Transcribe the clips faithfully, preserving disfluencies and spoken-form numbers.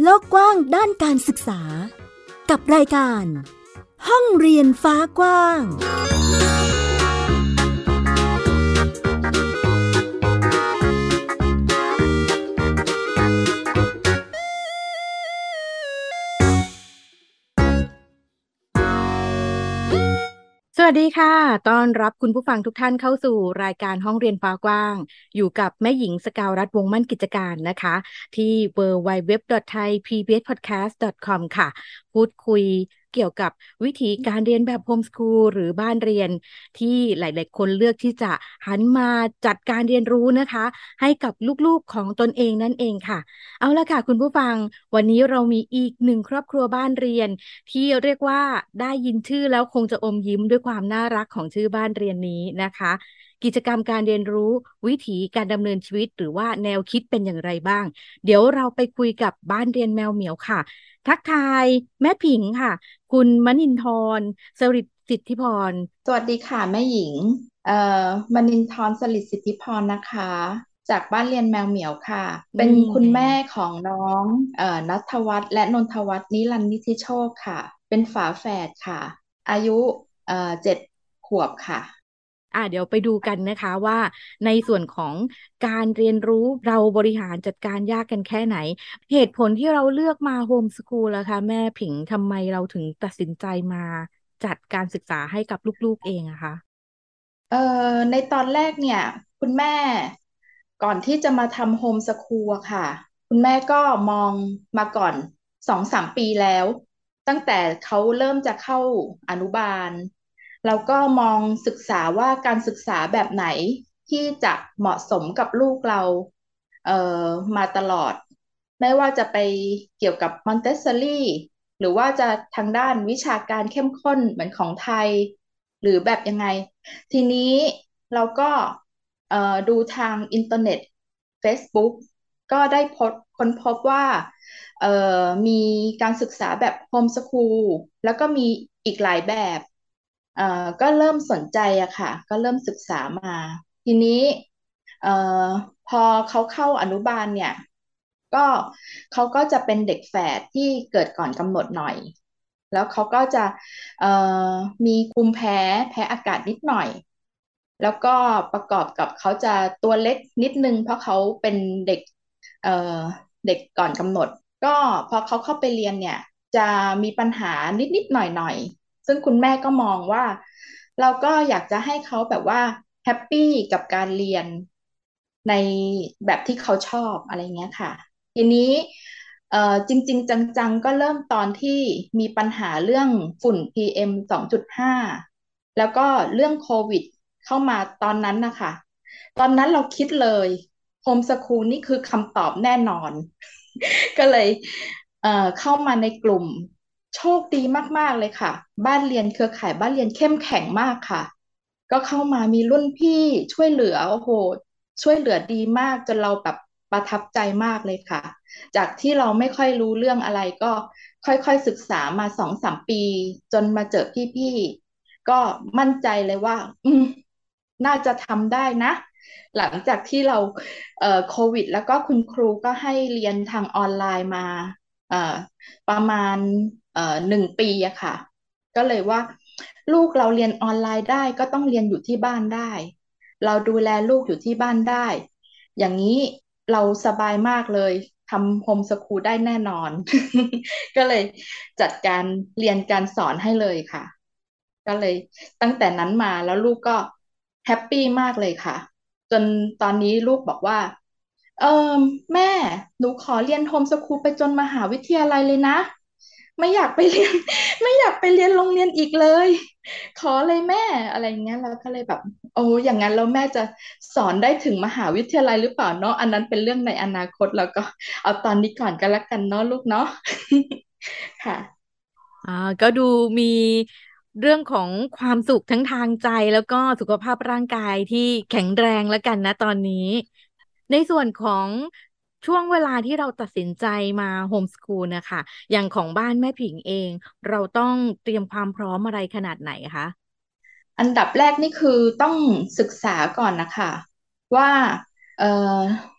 โลกกว้างด้านการศึกษากับรายการห้องเรียนฟ้ากว้างสวัสดีค่ะต้อนรับคุณผู้ฟังทุกท่านเข้าสู่รายการห้องเรียนฟ้ากว้างอยู่กับแม่หญิงสกาวรัตน์วงศ์มั่นกิจการนะคะที่ ดับเบิลยู ดับเบิลยู ดับเบิลยู ดอท ไทย พี บี เอส พอดแคสต์ ดอท คอม ค่ะพูดคุยเกี่ยวกับวิธีการเรียนแบบโฮมสคูลหรือบ้านเรียนที่หลายๆคนเลือกที่จะหันมาจัดการเรียนรู้นะคะให้กับลูกๆของตนเองนั่นเองค่ะเอาละค่ะคุณผู้ฟังวันนี้เรามีอีกหนึ่งครอบครัวบ้านเรียนที่เรียกว่าได้ยินชื่อแล้วคงจะอมยิ้มด้วยความน่ารักของชื่อบ้านเรียนนี้นะคะกิจกรรมการเรียนรู้วิถีการดำเนินชีวิตหรือว่าแนวคิดเป็นอย่างไรบ้างเดี๋ยวเราไปคุยกับบ้านเรียนแมวเหมียวค่ะทักทายแม่ผิงค่ะคุณมณินทรสฤทธิ์สิทธิพรสวัสดีค่ะแม่หญิงเอ่อมณินทรสฤทธิ์สิทธิพรนะคะจากบ้านเรียนแมวเหมียวค่ะเป็นนี่คุณแม่ของน้องเอ่อณัฐวัฒน์และนนทวัฒน์นิรันดร์นิธิโชคค่ะเป็นฝาแฝดค่ะอายุเอ่อเจ็ดขวบค่ะอ่ะเดี๋ยวไปดูกันนะคะว่าในส่วนของการเรียนรู้เราบริหารจัดการยากกันแค่ไหนเหตุผลที่เราเลือกมาโฮมสคูลล่ะคะแม่ผิงทำไมเราถึงตัดสินใจมาจัดการศึกษาให้กับลูกๆเองอะคะเอ่อในตอนแรกเนี่ยคุณแม่ก่อนที่จะมาทำโฮมสคูลอะค่ะคุณแม่ก็มองมาก่อนสองสามปีแล้วตั้งแต่เขาเริ่มจะเข้าอนุบาลเราก็มองศึกษาว่าการศึกษาแบบไหนที่จะเหมาะสมกับลูกเราเอ่อมาตลอดไม่ว่าจะไปเกี่ยวกับมอนเตสซอรี่หรือว่าจะทางด้านวิชาการเข้มข้นเหมือนของไทยหรือแบบยังไง ทีนี้เราก็เอ่อดูทางอินเทอร์เน็ต เฟซบุ๊ก ก็ได้พบค้นพบว่าเอ่อมีการศึกษาแบบโฮมสคูลแล้วก็มีอีกหลายแบบเอ่อก็เริ่มสนใจอะค่ะก็เริ่มศึกษามาทีนี้เอ่อพอเขาเข้าอนุบาลเนี่ยก็เขาก็จะเป็นเด็กแฝดที่เกิดก่อนกำหนดหน่อยแล้วเขาก็จะเอ่อมีภูมิแพ้แพ้อากาศนิดหน่อย แล้วก็ประกอบกับเขาจะตัวเล็กนิดนึงเพราะเขาเป็นเด็กเอ่อเด็กก่อนกำหนดก็พอเขาเข้าไปเรียนเนี่ยจะมีปัญหานิดๆหน่อยๆซึ่งคุณแม่ก็มองว่าเราก็อยากจะให้เขาแบบว่าแฮปปี้กับการเรียนในแบบที่เขาชอบอะไรเงี้ยค่ะทีนี้เอ่อจริงๆจังๆก็เริ่มตอนที่มีปัญหาเรื่องฝุ่น พี เอ็ม สองจุดห้าแล้วก็เรื่องโควิด เข้ามาตอนนั้นนะคะ ตอนนั้นเราคิดเลยโฮมสคูลนี่คือคำตอบแน่นอน ก็เลยเอ่อเข้ามาในกลุ่มโชคดีมากๆเลยค่ะ บ้านเรียนเครือข่ายบ้านเรียนเข้มแข็งมากค่ะ ก็เข้ามามีรุ่นพี่ช่วยเหลือโอ้โหช่วยเหลือดีมากจนเราแบบประทับใจมากเลยค่ะ จากที่เราไม่ค่อยรู้เรื่องอะไรก็ค่อยๆศึกษามาสองสามปีจนมาเจอพี่ๆก็มั่นใจเลยว่าอืมน่าจะทำได้นะหลังจากที่เราเอ่อโควิดแล้วก็คุณครูก็ให้เรียนทางออนไลน์มาเอ่อประมาณเอ่อหนึ่งปีอะค่ะก็เลยว่าลูกเราเรียนออนไลน์ได้ก็ต้องเรียนอยู่ที่บ้านได้เราดูแลลูกอยู่ที่บ้านได้อย่างนี้เราสบายมากเลยทำโฮมสคูลได้แน่นอน ก็เลยจัดการเรียนการสอนให้เลยค่ะก็เลยตั้งแต่นั้นมาแล้วลูกก็แฮปปี้มากเลยค่ะจนตอนนี้ลูกบอกว่าเออแม่หนูขอเรียนโฮมสคูลไปจนมหาวิทยาลัยเลยนะไม่อยากไปเรียนไม่อยากไปเรียนโรงเรียนอีกเลยขอเลยแม่อะไรเงี้ยเราก็เลยแบบโอ้อย่างนั้นแล้วแม่จะสอนได้ถึงมหาวิทยาลัยหรือเปล่าเนาะอันนั้นเป็นเรื่องในอนาคตแล้วก็เอาตอนนี้ก่อนก็แล้วกันเนาะลูกเนาะค่ะอ่าก็ดูมีเรื่องของความสุขทั้งทางใจแล้วก็สุขภาพร่างกายที่แข็งแรงแล้วกันนะตอนนี้ในส่วนของช่วงเวลาที่เราตัดสินใจมาโฮมสคูลนะคะอย่างของบ้านแม่ผิงเองเราต้องเตรียมความพร้อมอะไรขนาดไหนคะอันดับแรกนี่คือต้องศึกษาก่อนนะคะว่าเอ่อ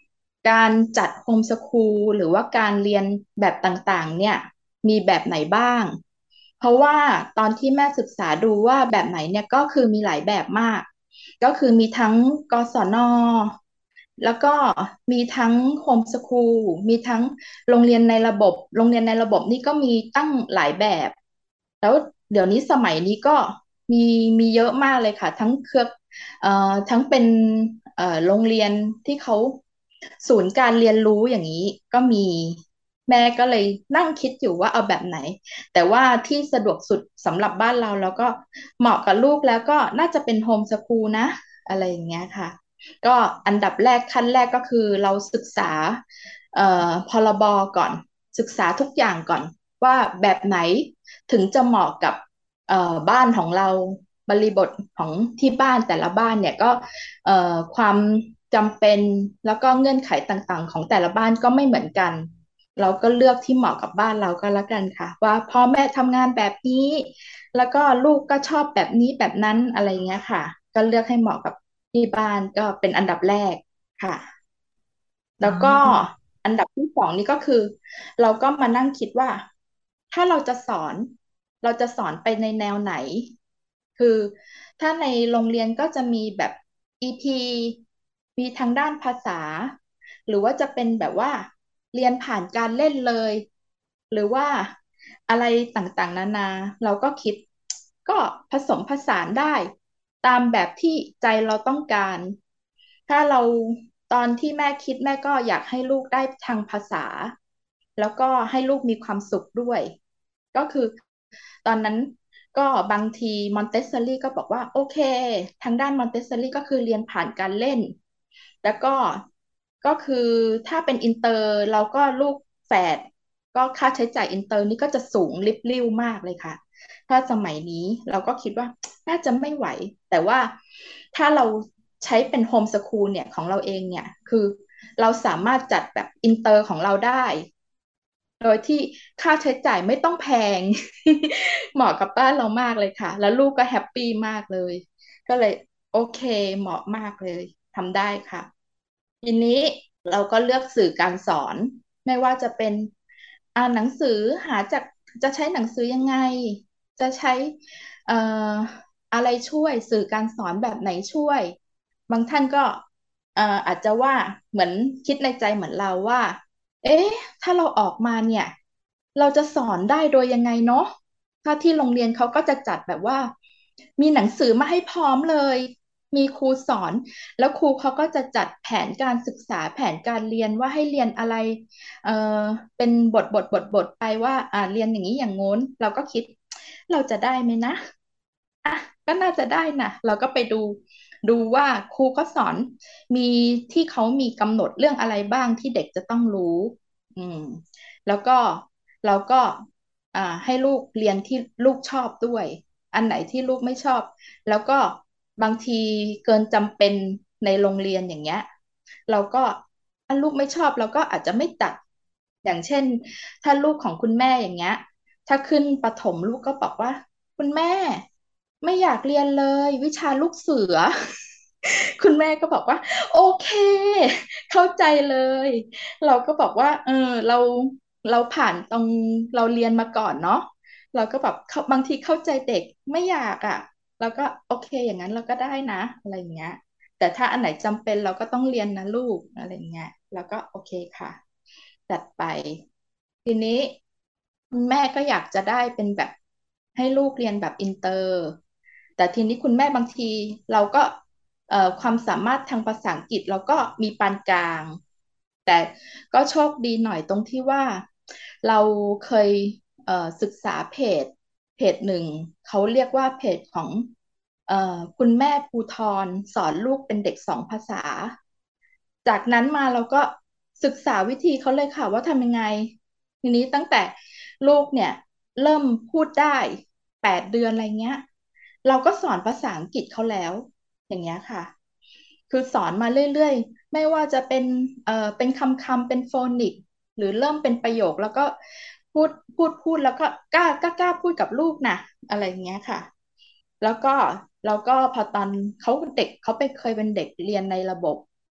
การจัดโฮมสคูลหรือว่าการเรียนแบบต่างๆเนี่ยมีแบบไหนบ้างเพราะว่าตอนที่แม่ศึกษาดูว่าแบบไหนเนี่ยก็คือมีหลายแบบมากก็คือมีทั้งกศนแล้วก็มีทั้งโฮมสคูลมีทั้งโรงเรียนในระบบโรงเรียนในระบบนี่ก็มีตั้งหลายแบบแล้วเดี๋ยวนี้สมัยนี้ก็มีมีเยอะมากเลยค่ะทั้งเครือเอ่อทั้งเป็นเอ่อโรงเรียนที่เขาศูนย์การเรียนรู้อย่างนี้ก็มีแม่ก็เลยนั่งคิดอยู่ว่าเอาแบบไหนแต่ว่าที่สะดวกสุดสำหรับบ้านเราแล้วก็เหมาะกับลูกแล้วก็น่าจะเป็นโฮมสคูลนะอะไรอย่างเงี้ยค่ะก็อันดับแรกขั้นแรกก็คือเราศึกษาเอ่อพรบก่อนศึกษาทุกอย่างก่อนว่าแบบไหนถึงจะเหมาะกับเอ่อบ้านของเราบริบทของที่บ้านแต่ละบ้านเนี่ยก็เอ่อความจำเป็นแล้วก็เงื่อนไขต่างๆของแต่ละบ้านก็ไม่เหมือนกันเราก็เลือกที่เหมาะกับบ้านเราก็แล้วกันค่ะว่าพ่อแม่ทำงานแบบนี้แล้วก็ลูกก็ชอบแบบนี้แบบนั้นอะไรเงี้ยค่ะก็เลือกให้เหมาะกับที่บ้านก็เป็นอันดับแรกค่ะอ๋แล้วก็ออันดับที่สองนี่ก็คือเราก็มานั่งคิดว่าถ้าเราจะสอนเราจะสอนไปในแนวไหนคือถ้าในโรงเรียนก็จะมีแบบ อี พี มีทางด้านภาษาหรือว่าจะเป็นแบบว่าเรียนผ่านการเล่นเลยหรือว่าอะไรต่างๆนานาเราก็คิดก็ผสมผสานได้ตามแบบที่ใจเราต้องการ ถ้าเราตอนที่แม่คิดแม่ก็อยากให้ลูกได้ทางภาษาแล้วก็ให้ลูกมีความสุขด้วยก็คือตอนนั้นก็บางทีมอนเตสซอรี่ก็บอกว่าโอเคทางด้านมอนเตสซอรี่ก็คือเรียนผ่านการเล่นแล้วก็ก็คือถ้าเป็นอินเตอร์เราก็ลูกแฝดก็ค่าใช้จ่ายอินเตอร์นี่ก็จะสูงลิบลิ่วมากเลยค่ะถ้าสมัยนี้เราก็คิดว่าน่าจะไม่ไหวแต่ว่าถ้าเราใช้เป็นโฮมสคูลเนี่ยของเราเองเนี่ยคือเราสามารถจัดแบบอินเตอร์ของเราได้โดยที่ค่าใช้จ่ายไม่ต้องแพงเหมาะกับบ้านเรามากเลยค่ะแล้วลูกก็แฮปปี้มากเลยก็เลยโอเคเหมาะมากเลยทำได้ค่ะทีนี้เราก็เลือกสื่อการสอนไม่ว่าจะเป็นอ่านหนังสือหาจากจะใช้หนังสือยังไงจะใช้เอ่ออะไรช่วยสื่อการสอนแบบไหนช่วยบางท่านก็เอ่ออาจจะว่าเหมือนคิดในใจเหมือนเราว่า เอ๊ะถ้าเราออกมาเนี่ยเราจะสอนได้โดยยังไงเนาะถ้าที่โรงเรียนเขาก็จะจัดแบบว่ามีหนังสือมาให้พร้อมเลยมีครูสอนแล้วครูเขาก็จะจัดแผนการศึกษาแผนการเรียนว่าให้เรียนอะไรเออเป็นบทบทบทบทไปว่าอ่าเรียนอย่างนี้อย่างงู้นเราก็คิดเราจะได้ไหมนะอ่ะก็น่าจะได้นะเราก็ไปดูดูว่าครูเขาสอนมีที่เขามีกำหนดเรื่องอะไรบ้างที่เด็กจะต้องรู้ อืมแล้วก็เราก็อ่าให้ลูกเรียนที่ลูกชอบด้วยอันไหนที่ลูกไม่ชอบแล้วก็บางทีเกินจำเป็นในโรงเรียนอย่างเงี้ยเราก็ถ้าลูกไม่ชอบเราก็อาจจะไม่ตัดอย่างเช่นถ้าลูกของคุณแม่อย่างเงี้ยถ้าขึ้นประถมลูกก็บอกว่าคุณแม่ไม่อยากเรียนเลยวิชาลูกเสือคุณแม่ก็บอกว่าโอเคเข้าใจเลย เราก็บอกว่าเออเราเราผ่านตรงเราเรียนมาก่อนเนาะเราก็แบบเขาบางทีเข้าใจเด็กไม่อยากอ่ะเราก็โอเคอย่างนั้นเราก็ได้นะอะไรอย่างเงี้ยแต่ถ้าอันไหนจำเป็นเราก็ต้องเรียนนะลูกอะไรอย่างเงี้ยแล้วก็โอเคค่ะจัดไปทีนี้คุณแม่ก็อยากจะได้เป็นแบบให้ลูกเรียนแบบอินเตอร์แต่ทีนี้คุณแม่บางทีเราก็เอ่อความสามารถทางภาษาอังกฤษเราก็มีปานกลาง แต่ก็โชคดีหน่อยตรงที่ว่าเราเคยเอ่อศึกษาเพจเพจหนึ่งเขาเรียกว่าเพจของเอ่อคุณแม่ภูธรสอนลูกเป็นเด็กสองภาษาจากนั้นมาเราก็ศึกษาวิธีเขาเลยค่ะว่าทำยังไงทีนี้ตั้งแต่ลูกเนี่ยเริ่มพูดได้แปดเดือนอะไรเงี้ยเราก็สอนภาษาอังกฤษเขาแล้วอย่างเงี้ยค่ะคือสอนมาเรื่อยๆไม่ว่าจะเป็นเอ่อเป็นคำคำเป็นโฟนิกหรือเริ่มเป็นประโยคแล้วก็พูดพูดพูดแล้วก็กล้ากล้ากล้าพูดกับลูกนะอะไรอย่างเงี้ยค่ะแล้วก็เราก็พอตอนเขาเด็กเขาไปเคยเป็นเด็กเรียนในระบบ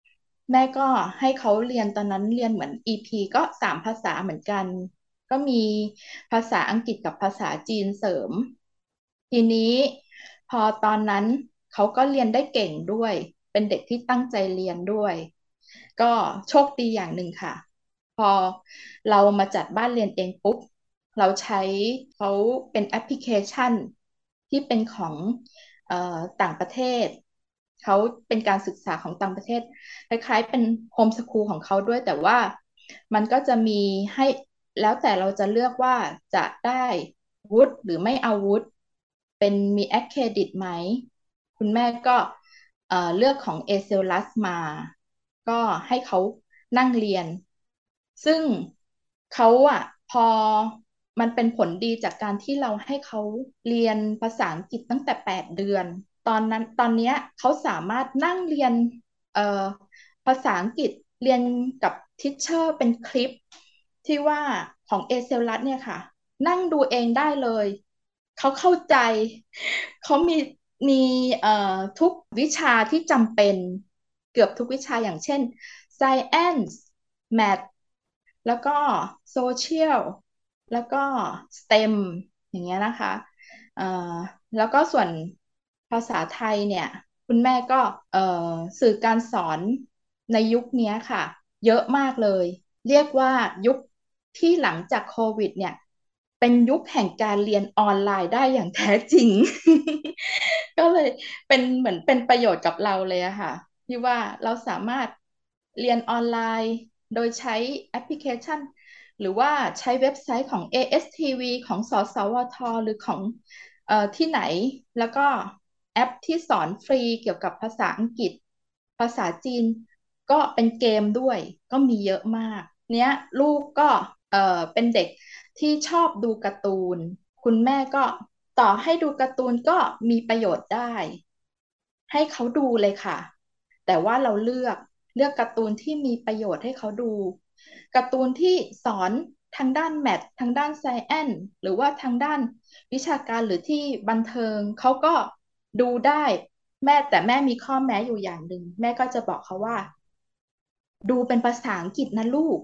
แม่ก็ให้เขาเรียนตอนนั้นเรียนเหมือน อี พี ก็สามภาษาเหมือนกันก็มีภาษาอังกฤษกับภาษาจีนเสริมทีนี้พอตอนนั้นเขาก็เรียนได้เก่งด้วยเป็นเด็กที่ตั้งใจเรียนด้วยก็โชคดีอย่างหนึ่งค่ะพอเรามาจัดบ้านเรียนเองปุ๊บเราใช้เขาเป็นแอปพลิเคชันที่เป็นของเอ่อต่างประเทศเขาเป็นการศึกษาของต่างประเทศคล้ายๆเป็นโฮมสคูลของเขาด้วยแต่ว่ามันก็จะมีให้แล้วแต่เราจะเลือกว่าจะได้วุฒิหรือไม่เอาวุฒิเป็นมีแอคเครดิตไหมคุณแม่ก็เอ่อเลือกของเอเซลลัสมาก็ให้เขานั่งเรียนซึ่งเขาอะพอมันเป็นผลดีจากการที่เราให้เขาเรียนภาษาอังกฤษตั้งแต่แปดเดือนตอนนั้นตอนเนี้ยเขาสามารถนั่งเรียนเอ่อภาษาอังกฤษเรียนกับทิชเชอร์เป็นคลิปที่ว่าของเอเซลลัสเนี่ยค่ะนั่งดูเองได้เลยเขาเข้าใจเขามีมีเอ่อทุกวิชาที่จำเป็นเกือบทุกวิชาอย่างเช่น Science Math แล้วก็ Social แล้วก็ สเต็ม อย่างเงี้ยนะคะเอ่อแล้วก็ส่วนภาษาไทยเนี่ยคุณแม่ก็เอ่อสื่อการสอนในยุคนี้ค่ะเยอะมากเลยเรียกว่ายุคที่หลังจากโควิดเนี่ยเป็นยุคแห่งการเรียนออนไลน์ได้อย่างแท้จริงก็เลยเป็นเหมือนเป็นประโยชน์กับเราเลยอะค่ะที่ว่าเราสามารถเรียนออนไลน์โดยใช้แอปพลิเคชัน หรือว่าใช้เว็บไซต์ของ เอ เอส ที วี ของสสวทหรือของเอ่อที่ไหนแล้วก็แอปที่สอนฟรีเกี่ยวกับภาษาอังกฤษภาษาจีนก็เป็นเกมด้วยก็มีเยอะมากเนี้ยลูกก็เอ่อเป็นเด็กที่ชอบดูการ์ตูนคุณแม่ก็ต่อให้ดูการ์ตูนก็มีประโยชน์ได้ให้เขาดูเลยค่ะแต่ว่าเราเลือกเลือกการ์ตูนที่มีประโยชน์ให้เขาดู การ์ตูนที่สอนทางด้านแมททางด้านไซแอนหรือว่าทางด้านวิชาการหรือที่บันเทิงเขาก็ดูได้แม่แต่แม่มีข้อแม้อยู่อย่างหนึ่งแม่ก็จะบอกเขาว่าดูเป็นภาษาอังกฤษนะลูก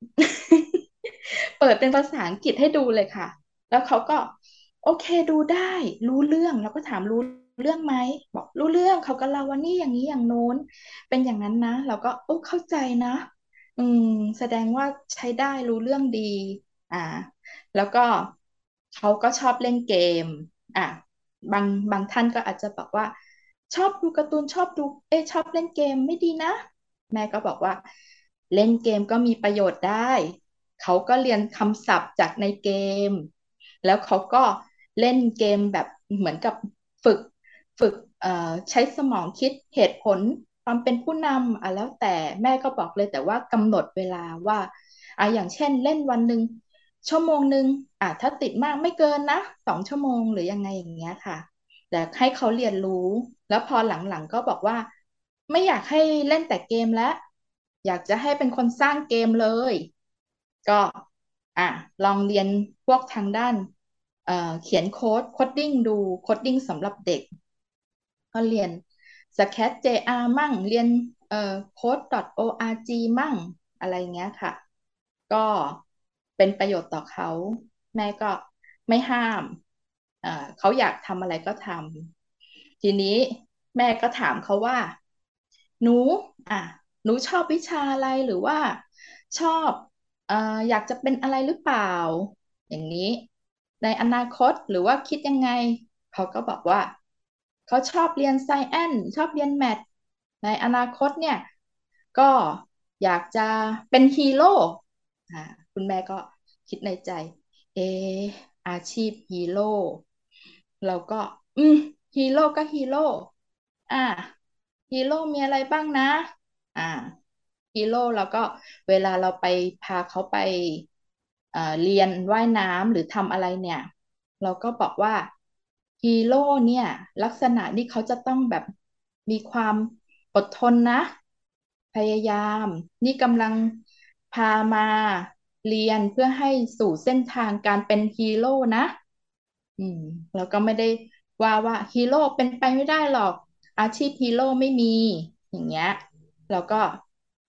เปิดเป็นภาษาอังกฤษให้ดูเลยค่ะแล้วเขาก็โอเคดูได้รู้เรื่องแล้วก็ถามรู้เรื่องไหมบอกรู้เรื่องเขาก็เล่าว่านี่อย่างนี้อย่างโน้นเป็นอย่างนั้นนะเราก็โอ้เข้าใจนะ อืมแสดงว่าใช้ได้รู้เรื่องดีอ่าแล้วก็เขาก็ชอบเล่นเกมอ่ะบางบางท่านก็อาจจะบอกว่าชอบดูการ์ตูนชอบดูเอ๊ะชอบเล่นเกมไม่ดีนะแม่ก็บอกว่าเล่นเกมก็มีประโยชน์ได้เขาก็เรียนคำศัพท์จากในเกมแล้วเขาก็เล่นเกมแบบเหมือนกับฝึกฝึกเอ่อใช้สมองคิดเหตุผล ความเป็นผู้นำอ่ะแล้วแต่แม่ก็บอกเลยแต่ว่ากำหนดเวลาว่าอ่ะอย่างเช่นเล่นวันหนึ่งชั่วโมงหนึ่งอ่ะถ้าติดมากไม่เกินนะสองชั่วโมงหรือยังไงอย่างเงี้ยค่ะแต่ให้เขาเรียนรู้แล้วพอหลังๆก็บอกว่าไม่อยากให้เล่นแต่เกมแล้วอยากจะให้เป็นคนสร้างเกมเลยก็อ่ะลองเรียนพวกทางด้านเอ่อเขียนโค้ดโคดดิ้งดูโคดดิ้งสำหรับเด็ก ก็เรียน สแครท เจ อาร์ มั่งเรียนเอ่อ โค้ด ดอท โอ อาร์ จี มั่งอะไรเงี้ยค่ะก็เป็นประโยชน์ต่อเขาแม่ก็ไม่ห้ามเอ่อเขาอยากทำอะไรก็ทำทีนี้แม่ก็ถามเขาว่าหนูอ่ะหนูชอบวิชาอะไรหรือว่าชอบเอ่ออยากจะเป็นอะไรหรือเปล่าอย่างนี้ในอนาคตหรือว่าคิดยังไง เขาก็บอกว่าเขาชอบเรียนไซแอนชอบเรียนแมทในอนาคตเนี่ยก็อยากจะเป็นฮีโร่อ่าคุณแม่ก็คิดในใจเอออาชีพฮีโร่เราก็อืมฮีโร่ก็ฮีโร่อ่าฮีโร่มีอะไรบ้างนะอ่าฮีโร่เราก็เวลาเราไปพาเขาไปเอ่อเรียนว่ายน้ำหรือทำอะไรเนี่ย เราก็บอกว่าฮีโร่เนี่ยลักษณะนี่เขาจะต้องแบบมีความอดทนนะพยายามนี่กำลังพามาเรียนเพื่อให้สู่เส้นทางการเป็นฮีโร่นะอืมเราก็ไม่ได้ว่าว่าฮีโร่เป็นไปไม่ได้หรอกอาชีพฮีโร่ไม่มีอย่างเงี้ยเราก็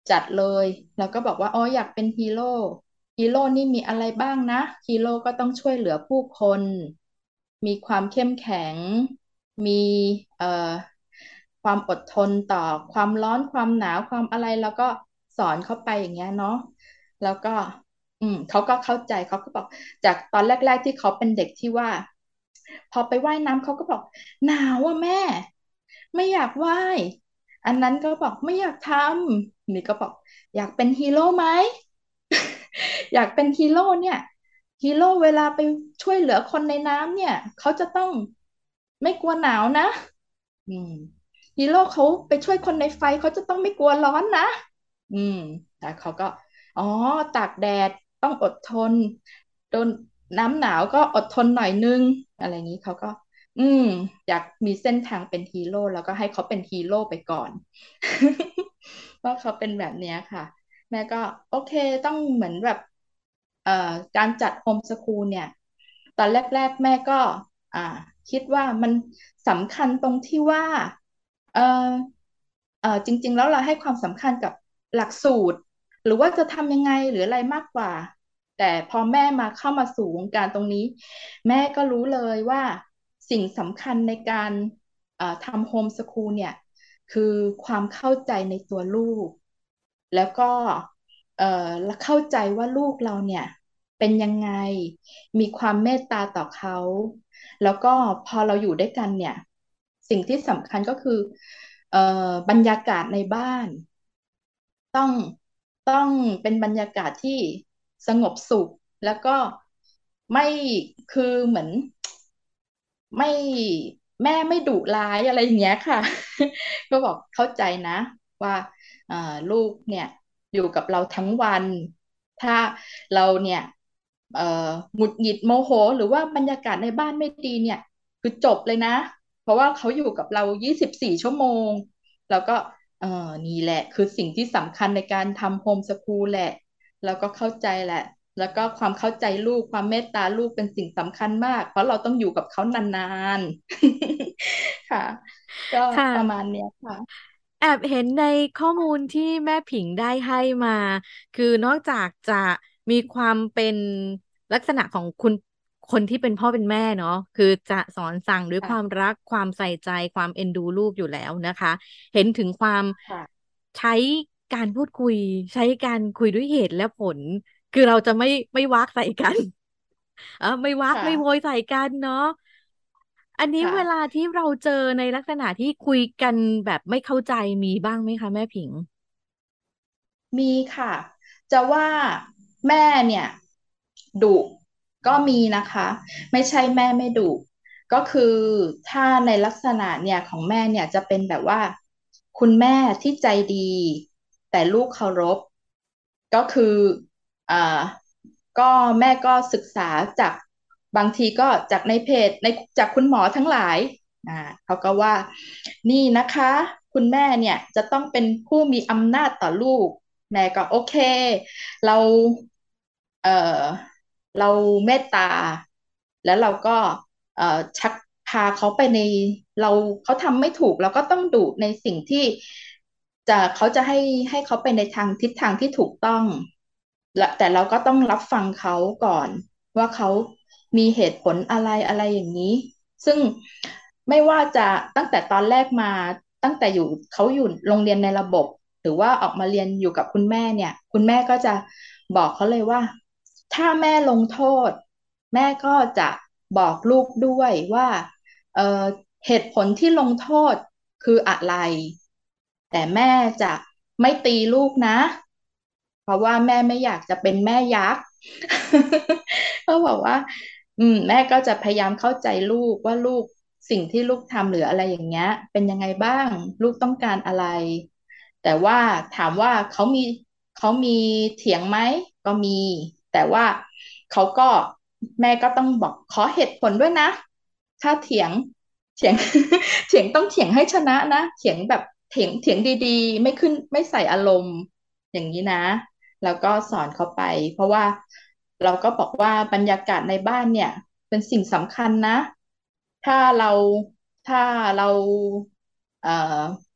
จัดเลยแล้วก็บอกว่าอ๋ออยากเป็นฮีโร่ฮีโร่นี่มีอะไรบ้างนะฮีโร่ก็ต้องช่วยเหลือผู้คนมีความเข้มแข็งมีเอ่อความอดทนต่อความร้อนความหนาวความอะไรแล้วก็สอนเขาไปอย่างเงี้ยเนาะแล้วก็อืมเขาก็เข้าใจเขาก็บอกจากตอนแรกๆที่เขาเป็นเด็กที่ว่าพอไปว่ายน้ำเขาก็บอกหนาวอ่ะแม่ไม่อยากว่ายอันนั้นก็บอกไม่อยากทำนี่ก็บอกอยากเป็นฮีโร่ไหมอยากเป็นฮีโร่เนี่ยฮีโร่เวลาไปช่วยเหลือคนในน้ำเนี่ยเขาจะต้องไม่กลัวหนาวนะอืมฮีโร่เขาไปช่วยคนในไฟเขาจะต้องไม่กลัวร้อนนะอืมแต่เขาก็อ๋อตากแดดต้องอดทนโดนน้ำหนาวก็อดทนหน่อยนึงอะไรอย่างนี้เขาก็อืมอยากมีเส้นทางเป็นฮีโร่แล้วก็ให้เขาเป็นฮีโร่ไปก่อนว่าเขาเป็นแบบเนี้ยค่ะ แม่ก็โอเคต้องเหมือนแบบเอ่อการจัดโฮมสคูลเนี่ยตอนแรกๆแม่ก็อ่าคิดว่ามันสำคัญตรงที่ว่าเออเออจริงๆแล้วเราให้ความสำคัญกับหลักสูตรหรือว่าจะทำยังไงหรืออะไรมากกว่าแต่พอแม่มาเข้ามาสู่วงการตรงนี้แม่ก็รู้เลยว่าสิ่งสำคัญในการเอ่อทำโฮมสคูลเนี่ยคือความเข้าใจในตัวลูก แล้วก็เอ่อเข้าใจว่าลูกเราเนี่ยเป็นยังไงมีความเมตตาต่อเขาแล้วก็พอเราอยู่ด้วยกันเนี่ยสิ่งที่สำคัญก็คือเอ่อบรรยากาศในบ้านต้องต้องเป็นบรรยากาศที่สงบสุขแล้วก็ไม่คือเหมือนไม่แม่ไม่ดุร้ายอะไรอย่างเงี้ยค่ะก็บอกเข้าใจนะว่า อ่าลูกเนี่ยอยู่กับเราทั้งวันถ้าเราเนี่ยเอ่อหงุดหงิดโมโหหรือว่าบรรยากาศในบ้านไม่ดีเนี่ยคือจบเลยนะเพราะว่าเขาอยู่กับเรายี่สิบสี่ชั่วโมงแล้วก็เออนี่แหละคือสิ่งที่สำคัญในการทำโฮมสคูลแหละแล้วก็เข้าใจแหละแล้วก็ความเข้าใจลูกความเมตตาลูกเป็นสิ่งสำคัญมากเพราะเราต้องอยู่กับเขานานๆค่ะก็ค่ะประมาณเนี้ยค่ะแอบเห็นในข้อมูลที่แม่ผิงได้ให้มา คือนอกจากจะมีความเป็นลักษณะของคุณคนที่เป็นพ่อเป็นแม่เนาะคือจะสอนสั่งด้วยความค่ะรักความใส่ใจความเอ็นดูลูกอยู่แล้วนะคะเห็นถึงความค่ะใช้การพูดคุยใช้การคุยด้วยเหตุและผลคือเราจะไม่ไม่วากใส่กันเออไม่วากค่ะไม่โวยใส่กันเนาะ อันนี้ค่ะเวลาที่เราเจอในลักษณะที่คุยกันแบบไม่เข้าใจมีบ้างไหมคะแม่ผิงมีค่ะจะว่าแม่เนี่ยดุก็มีนะคะไม่ใช่แม่ไม่ดุก็คือถ้าในลักษณะเนี่ยของแม่เนี่ยจะเป็นแบบว่าคุณแม่ที่ใจดีแต่ลูกเคารพก็คืออ่าก็แม่ก็ศึกษาจากบางทีก็จากในเพจในจากคุณหมอทั้งหลายอ่าเขาก็ว่านี่นะคะคุณแม่เนี่ยจะต้องเป็นผู้มีอำนาจต่อลูก แม่ก็โอเคเราเออเราเมตตาแล้วเราก็เอ่อชักพาเขาไปในเราเขาทำไม่ถูกเราก็ต้องดุในสิ่งที่จะเขาจะให้ให้เขาไปในทางทิศทางที่ถูกต้องและแต่เราก็ต้องรับฟังเขาก่อนว่าเขามีเหตุผลอะไรอะไรอย่างนี้ซึ่งไม่ว่าจะตั้งแต่ตอนแรกมาตั้งแต่อยู่เขาอยู่โรงเรียนในระบบ หรือว่าออกมาเรียนอยู่กับคุณแม่เนี่ยคุณแม่ก็จะบอกเขาเลยว่าถ้าแม่ลงโทษแม่ก็จะบอกลูกด้วยว่าเอ่อเหตุผลที่ลงโทษคืออะไรแต่แม่จะไม่ตีลูกนะเพราะว่าแม่ไม่อยากจะเป็นแม่ยักษ์เขาบอกว่าอืมแม่ก็จะพยายามเข้าใจลูกว่าลูกสิ่งที่ลูกทำหรืออะไรอย่างเงี้ยเป็นยังไงบ้างลูกต้องการอะไร แต่ว่าถามว่าเขามีเขามีเถียงไหมก็มีแต่ว่าเขาก็แม่ก็ต้องบอกขอเหตุผลด้วยนะถ้าเถียงเถียงเถียงต้องเถียงให้ชนะนะเถียงแบบเถียงเถียงดีๆไม่ขึ้นไม่ใส่อารมณ์อย่างนี้นะแล้วก็สอนเขาไปเพราะว่าเราก็บอกว่าบรรยากาศในบ้านเนี่ยเป็นสิ่งสำคัญนะถ้าเราถ้าเราเอ่อ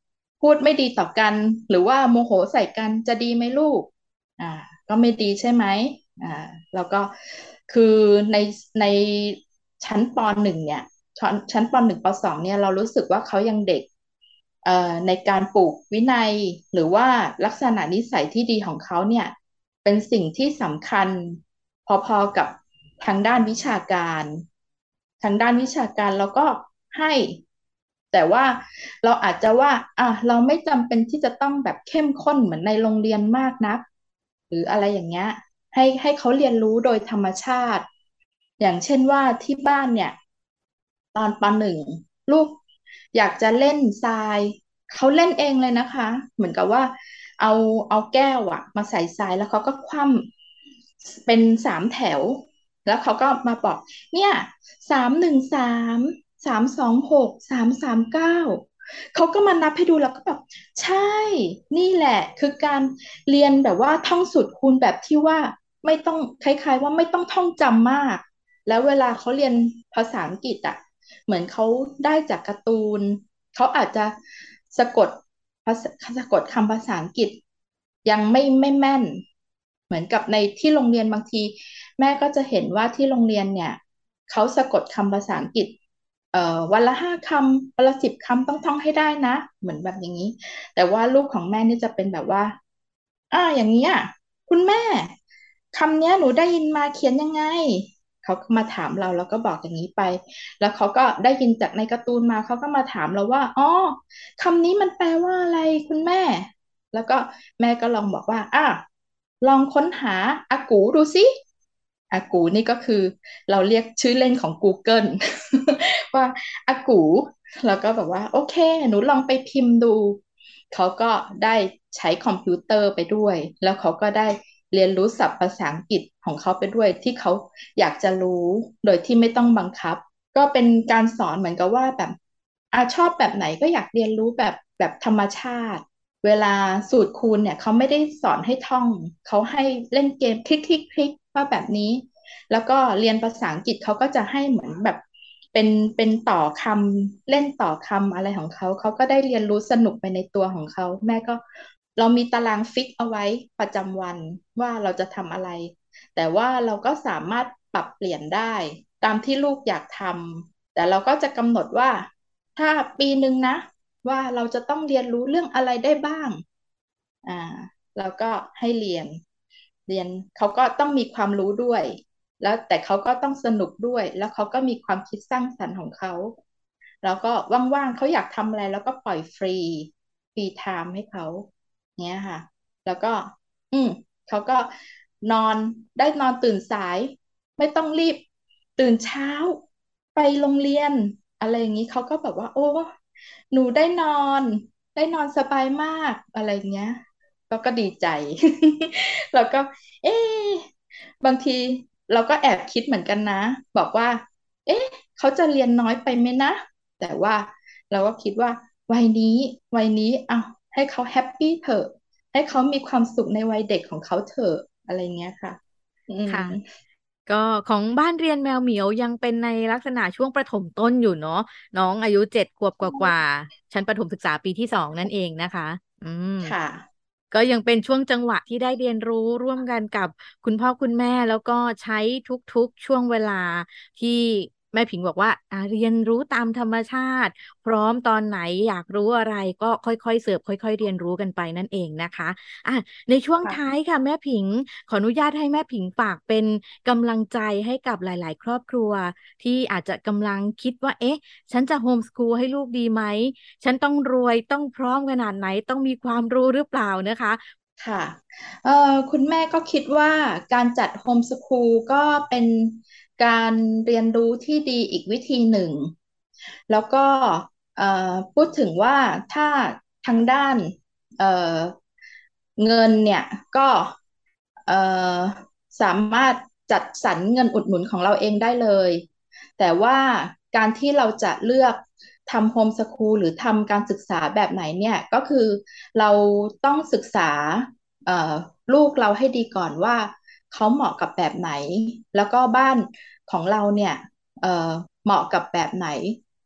พูดไม่ดีต่อกันหรือว่าโมโหใส่กันจะดีไหมลูกอ่าก็ไม่ดีใช่ไหมอ่าแล้วก็คือในในชั้นปหนึ่งเนี่ยชั้นชั้นปหนึ่งปสองเนี่ยเรารู้สึกว่าเขายังเด็กเอ่อในการปลูกวินัยหรือว่าลักษณะนิสัยที่ดีของเขาเนี่ยเป็นสิ่งที่สำคัญพอๆกับทางด้านวิชาการทางด้านวิชาการเราก็ให้แต่ว่าเราอาจจะว่าอ่ะเราไม่จำเป็นที่จะต้องแบบเข้มข้นเหมือนในโรงเรียนมากนักหรืออะไรอย่างเงี้ยให้ให้เขาเรียนรู้โดยธรรมชาติอย่างเช่นว่าที่บ้านเนี่ยตอนปหนึ่งลูกอยากจะเล่นทรายเขาเล่นเองเลยนะคะเหมือนกับว่าเอาเอาแก้วอะมาใส่ทรายแล้วเขาก็คว่ำเป็นสามแถวแล้วเขาก็มาบอกเนี่ยสามหนึ่งสามสามสองหกสามสามเก้าเขาก็มานับให้ดูแล้วก็แบบใช่นี่แหละคือการเรียนแบบว่าท่องสูตรคูณแบบที่ว่าไม่ต้องคล้ายๆว่าไม่ต้องท่องจำมากแล้วเวลาเขาเรียนภาษาอังกฤษอ่ะเหมือนเขาได้จากการ์ตูนเขาอาจจะสะกดภาษาสะกดคำภาษาอังกฤษยังไม่ไม่แม่นเหมือนกับในที่โรงเรียนบางทีแม่ก็จะเห็นว่าที่โรงเรียนเนี่ยเขาสะกดคำภาษาอังกฤษเอ่อวันละห้าคำวันละสิบคำต้องท่องให้ได้นะเหมือนแบบอย่างนี้แต่ว่าลูกของแม่นี่จะเป็นแบบว่าอ่าอย่างเนี้ยคุณแม่คำเนี้ยหนูได้ยินมาเขียนยังไงเขาก็มาถามเราแล้วก็บอกอย่างนี้ไปแล้วเขาก็ได้ยินจากในการ์ตูนมาเขาก็มาถามเราว่าอ๋อคำนี้มันแปลว่าอะไรคุณแม่แล้วก็แม่ก็ลองบอกว่าอ่ะลองค้นหาอากูดูสิอากูนี่ก็คือเราเรียกชื่อเล่นของ Google ว่าอากูแล้วก็แบบว่าโอเคหนูลองไปพิมพ์ดูเขาก็ได้ใช้คอมพิวเตอร์ไปด้วยแล้วเขาก็ได้เรียนรู้ศัพท์ภาษาอังกฤษของเขาไปด้วยที่เขาอยากจะรู้โดยที่ไม่ต้องบังคับก็เป็นการสอนเหมือนกับว่าแบบอาชอบแบบไหนก็อยากเรียนรู้แบบแบบธรรมชาติเวลาสูตรคูณเนี่ยเขาไม่ได้สอนให้ท่องเขาให้เล่นเกมคลิกคลิกคลิกว่าแบบนี้ แล้วก็เรียนภาษาอังกฤษเขาก็จะให้เหมือนแบบเป็นเป็นต่อคำเล่นต่อคำอะไรของเขาเขาก็ได้เรียนรู้สนุกไปในตัวของเขาแม่ก็เรามีตารางฟิกเอาไว้ประจำวันว่าเราจะทำอะไรแต่ว่าเราก็สามารถปรับเปลี่ยนได้ตามที่ลูกอยากทำแต่เราก็จะกำหนดว่าถ้าปีหนึ่งนะว่าเราจะต้องเรียนรู้เรื่องอะไรได้บ้างอ่าแล้วก็ให้เรียนเรียนเขาก็ต้องมีความรู้ด้วย แล้วแต่เขาก็ต้องสนุกด้วยแล้วเขาก็มีความคิดสร้างสรรค์ของเขาแล้วก็ว่างๆเขาอยากทำอะไรแล้วก็ปล่อยฟรีฟรีไทม์ให้เขาเนี้ยค่ะแล้วก็อืมเขาก็นอนได้นอนตื่นสายไม่ต้องรีบตื่นเช้าไปโรงเรียนอะไรอย่างนี้เขาก็แบบว่าโอ้หนูได้นอนได้นอนสบายมากอะไรเงี้ยก็ก็ดีใจ แล้วก็เอ๊ะบางทีเราก็แอบคิดเหมือนกันนะบอกว่าเอ๊ะเขาจะเรียนน้อยไปไหมนะแต่ว่าเราก็คิดว่าวัยนี้วัยนี้เอาให้เขาแฮปปี้เถอะให้เขามีความสุขในวัยเด็กของเขาเถอะอะไรเงี้ยค่ะอืมค่ะก็ของบ้านเรียนแมวเหมียวยังเป็นในลักษณะช่วงประถมต้นอยู่เนาะน้องอายุเจ็ดขวบกว่าๆชั้นประถมศึกษาปีที่สองนั่นเองนะคะอืมค่ะก็ยังเป็นช่วงจังหวะที่ได้เรียนรู้ร่วมกันกับคุณพ่อคุณแม่แล้วก็ใช้ทุกๆช่วงเวลาที่แม่ผิงบอกว่าอ่าเรียนรู้ตามธรรมชาติพร้อมตอนไหนอยากรู้อะไรก็ค่อยๆเสิร์ฟค่อยๆเรียนรู้กันไปนั่นเองนะคะอ่ะในช่วงท้ายค่ะค่ะแม่ผิงขออนุญาตให้แม่ผิงฝากเป็นกำลังใจให้กับหลายๆครอบครัวที่อาจจะกำลังคิดว่าเอ๊ะฉันจะโฮมสคูลให้ลูกดีไหม ฉันต้องรวยต้องพร้อมขนาดไหนต้องมีความรู้หรือเปล่านะคะค่ะเอ่อคุณแม่ก็คิดว่าการจัดโฮมสคูลก็เป็นการเรียนรู้ที่ดีอีกวิธีหนึ่ง แล้วก็เอ่อพูดถึงว่าถ้าทางด้านเอ่อเงินเนี่ยก็เอ่อสามารถจัดสรรเงินอุดหนุนของเราเองได้เลย แต่ว่าการที่เราจะเลือกทำโฮมสคูลหรือทำการศึกษาแบบไหนเนี่ยก็คือเราต้องศึกษาเอ่อลูกเราให้ดีก่อนว่าเขาเหมาะกับแบบไหนแล้วก็บ้านของเราเนี่ยเอ่อเหมาะกับแบบไหน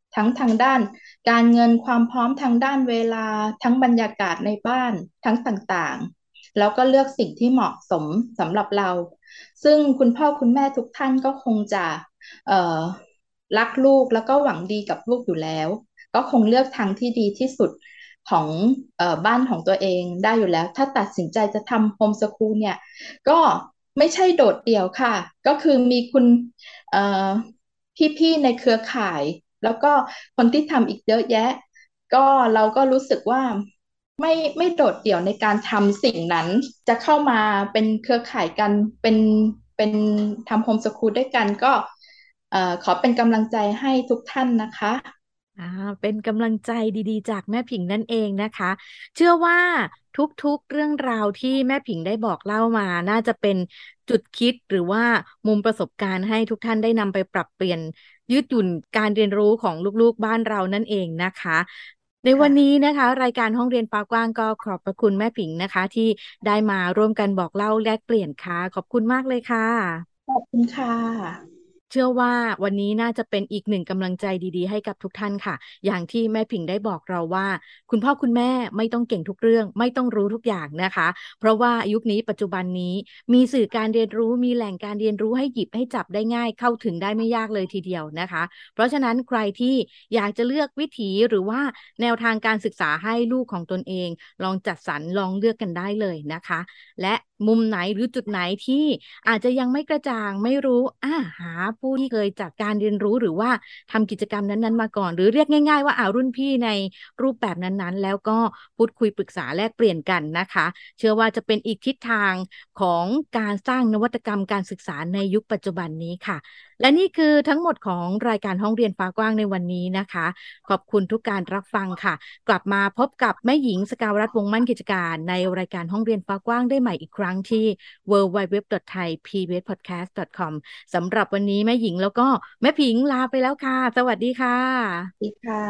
ทั้งทางด้านการเงินความพร้อมทางด้านเวลาทั้งบรรยากาศในบ้านทั้งต่างๆแล้วก็เลือกสิ่งที่เหมาะสมสำหรับเราซึ่งคุณพ่อคุณแม่ทุกท่านก็คงจะเอ่อรักลูกแล้วก็หวังดีกับลูกอยู่แล้วก็คงเลือกทางที่ดีที่สุดของเอ่อบ้านของตัวเองได้อยู่แล้วถ้าตัดสินใจจะทำโฮมสคูลเนี่ยก็ไม่ใช่โดดเดี่ยวค่ะก็คือมีคุณเอ่อพี่ๆในเครือข่ายแล้วก็คนที่ทำอีกเยอะแยะก็เราก็รู้สึกว่าไม่ไม่โดดเดี่ยวในการทำสิ่งนั้นจะเข้ามาเป็นเครือข่ายกันเป็นเป็นทำโฮมสคูลด้วยกันก็เอ่อขอเป็นกำลังใจให้ทุกท่านนะคะอ่าเป็นกำลังใจดีๆจากแม่ผิงนั่นเองนะคะ เชื่อว่าทุกๆเรื่องราวที่แม่ผิงได้บอกเล่ามาน่าจะเป็นจุดคิดหรือว่ามุมประสบการณ์ให้ทุกท่านได้นำไปปรับเปลี่ยนยืดหยุ่นการเรียนรู้ของลูกๆบ้านเรานั่นเองนะคะ ในวันค่ะนี้นะคะรายการห้องเรียนฟ้ากว้างก็ขอบพระคุณแม่ผิงนะคะที่ได้มาร่วมกันบอกเล่าแลกเปลี่ยนค่ะขอบคุณมากเลยค่ะขอบคุณค่ะเชื่อว่าวันนี้น่าจะเป็นอีกหนึ่งกำลังใจดีๆให้กับทุกท่านค่ะอย่างที่แม่ผิงได้บอกเราว่าคุณพ่อคุณแม่ไม่ต้องเก่งทุกเรื่องไม่ต้องรู้ทุกอย่างนะคะเพราะว่ายุคนี้ปัจจุบันนี้มีสื่อการเรียนรู้มีแหล่งการเรียนรู้ให้หยิบให้จับได้ง่ายเข้าถึงได้ไม่ยากเลยทีเดียวนะคะเพราะฉะนั้นใครที่อยากจะเลือกวิถีหรือว่าแนวทางการศึกษาให้ลูกของตนเองลองจัดสรรลองเลือกกันได้เลยนะคะและมุมไหนหรือจุดไหนที่อาจจะยังไม่กระจ่างไม่รู้อ่าหาผู้ที่เคยจัดการเรียนรู้หรือว่าทำกิจกรรมนั้นๆมาก่อนหรือเรียกง่ายๆว่าอ่ารุ่นพี่ในรูปแบบนั้นๆแล้วก็พูดคุยปรึกษาแลกเปลี่ยนกันนะคะเชื่อว่าจะเป็นอีกทิศทางของการสร้างนวัตกรรมการศึกษาในยุคปัจจุบันนี้ค่ะและนี่คือทั้งหมดของรายการห้องเรียนฟ้ากว้างในวันนี้นะคะขอบคุณทุกการรับฟังค่ะกลับมาพบกับแม่หญิงสกาวรัตน์วงศ์มั่นกิจการในรายการห้องเรียนฟ้ากว้างได้ใหม่อีกครั้งที่ ดับเบิลยู ดับเบิลยู ดับเบิลยู ดอท ไทย พี บี เอส พอดแคสต์ ดอท คอม สำหรับวันนี้แม่หญิงแล้วก็แม่ผิงลาไปแล้วค่ะสวัสดีค่ะสวัสดีค่ะ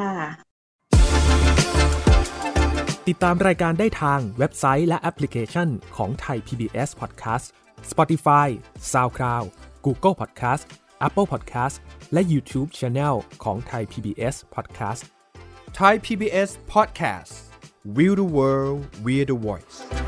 ติดตามรายการได้ทางเว็บไซต์และแอปพลิเคชันของ Thai พี บี เอส Podcast Spotify SoundCloud Google Podcast Apple Podcast และ YouTube Channel ของ Thai พี บี เอส Podcast Thai พี บี เอส Podcast We the World We the Voice